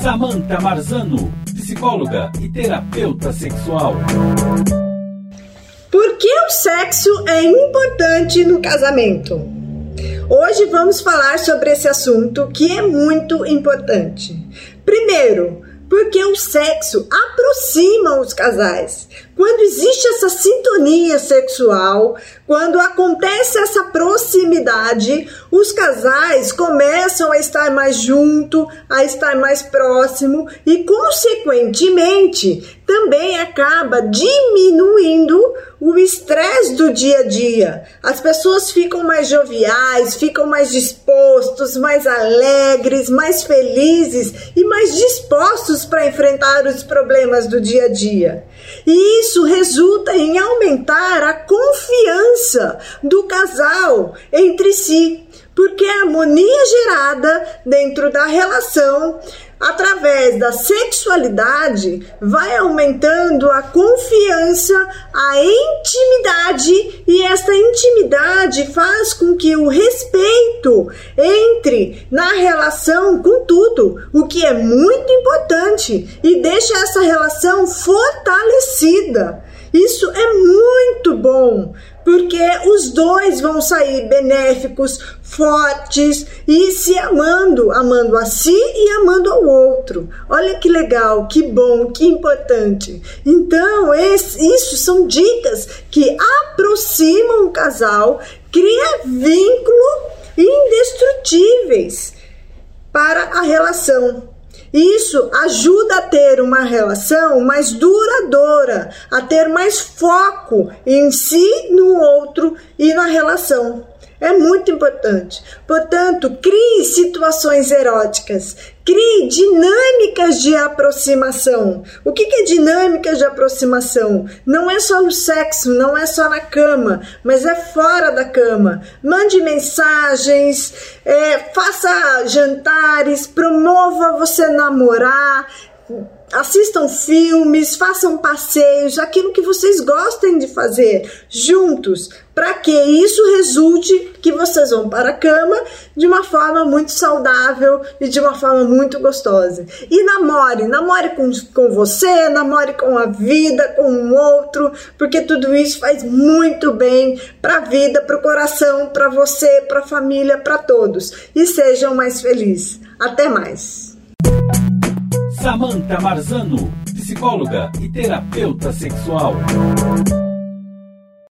Samantha Marzano, psicóloga e terapeuta sexual. Por que o sexo é importante no casamento? Hoje vamos falar sobre esse assunto que é muito importante. Primeiro, porque o sexo aproxima os casais. Quando existe essa sintonia sexual, quando acontece essa proximidade, os casais começam a estar mais juntos, a estar mais próximo e, consequentemente, também acaba diminuindo o estresse do dia a dia. As pessoas ficam mais joviais, ficam mais dispostos, mais alegres, mais felizes e mais dispostos para enfrentar os problemas do dia a dia. E isso resulta em aumentar a confiança do casal entre si, porque a harmonia gerada dentro da relação através da sexualidade vai aumentando a confiança, a intimidade, e essa intimidade faz com que o respeito entre na relação com tudo, o que é muito importante e deixa essa relação fortalecida. Isso é muito bom, porque os dois vão sair benéficos, fortes e se amando a si e amando ao outro. Olha que legal, que bom, que importante. Então, isso são dicas que aproximam o casal, cria vínculo indestrutíveis para a relação. Isso ajuda a ter uma relação mais duradoura, a ter mais foco em si, no outro e na relação. É muito importante. Portanto, crie situações eróticas, crie dinâmicas de aproximação. O que é dinâmicas de aproximação? Não é só no sexo, não é só na cama, mas é fora da cama. Mande mensagens, faça jantares, promova você namorar, assistam filmes, façam passeios, aquilo que vocês gostem de fazer juntos, para que isso resulte que vocês vão para a cama de uma forma muito saudável e de uma forma muito gostosa. E namore com você, namore com a vida, com o outro, porque tudo isso faz muito bem para a vida, para o coração, para você, para a família, para todos. E sejam mais felizes. Até mais! Samantha Marzano, psicóloga e terapeuta sexual.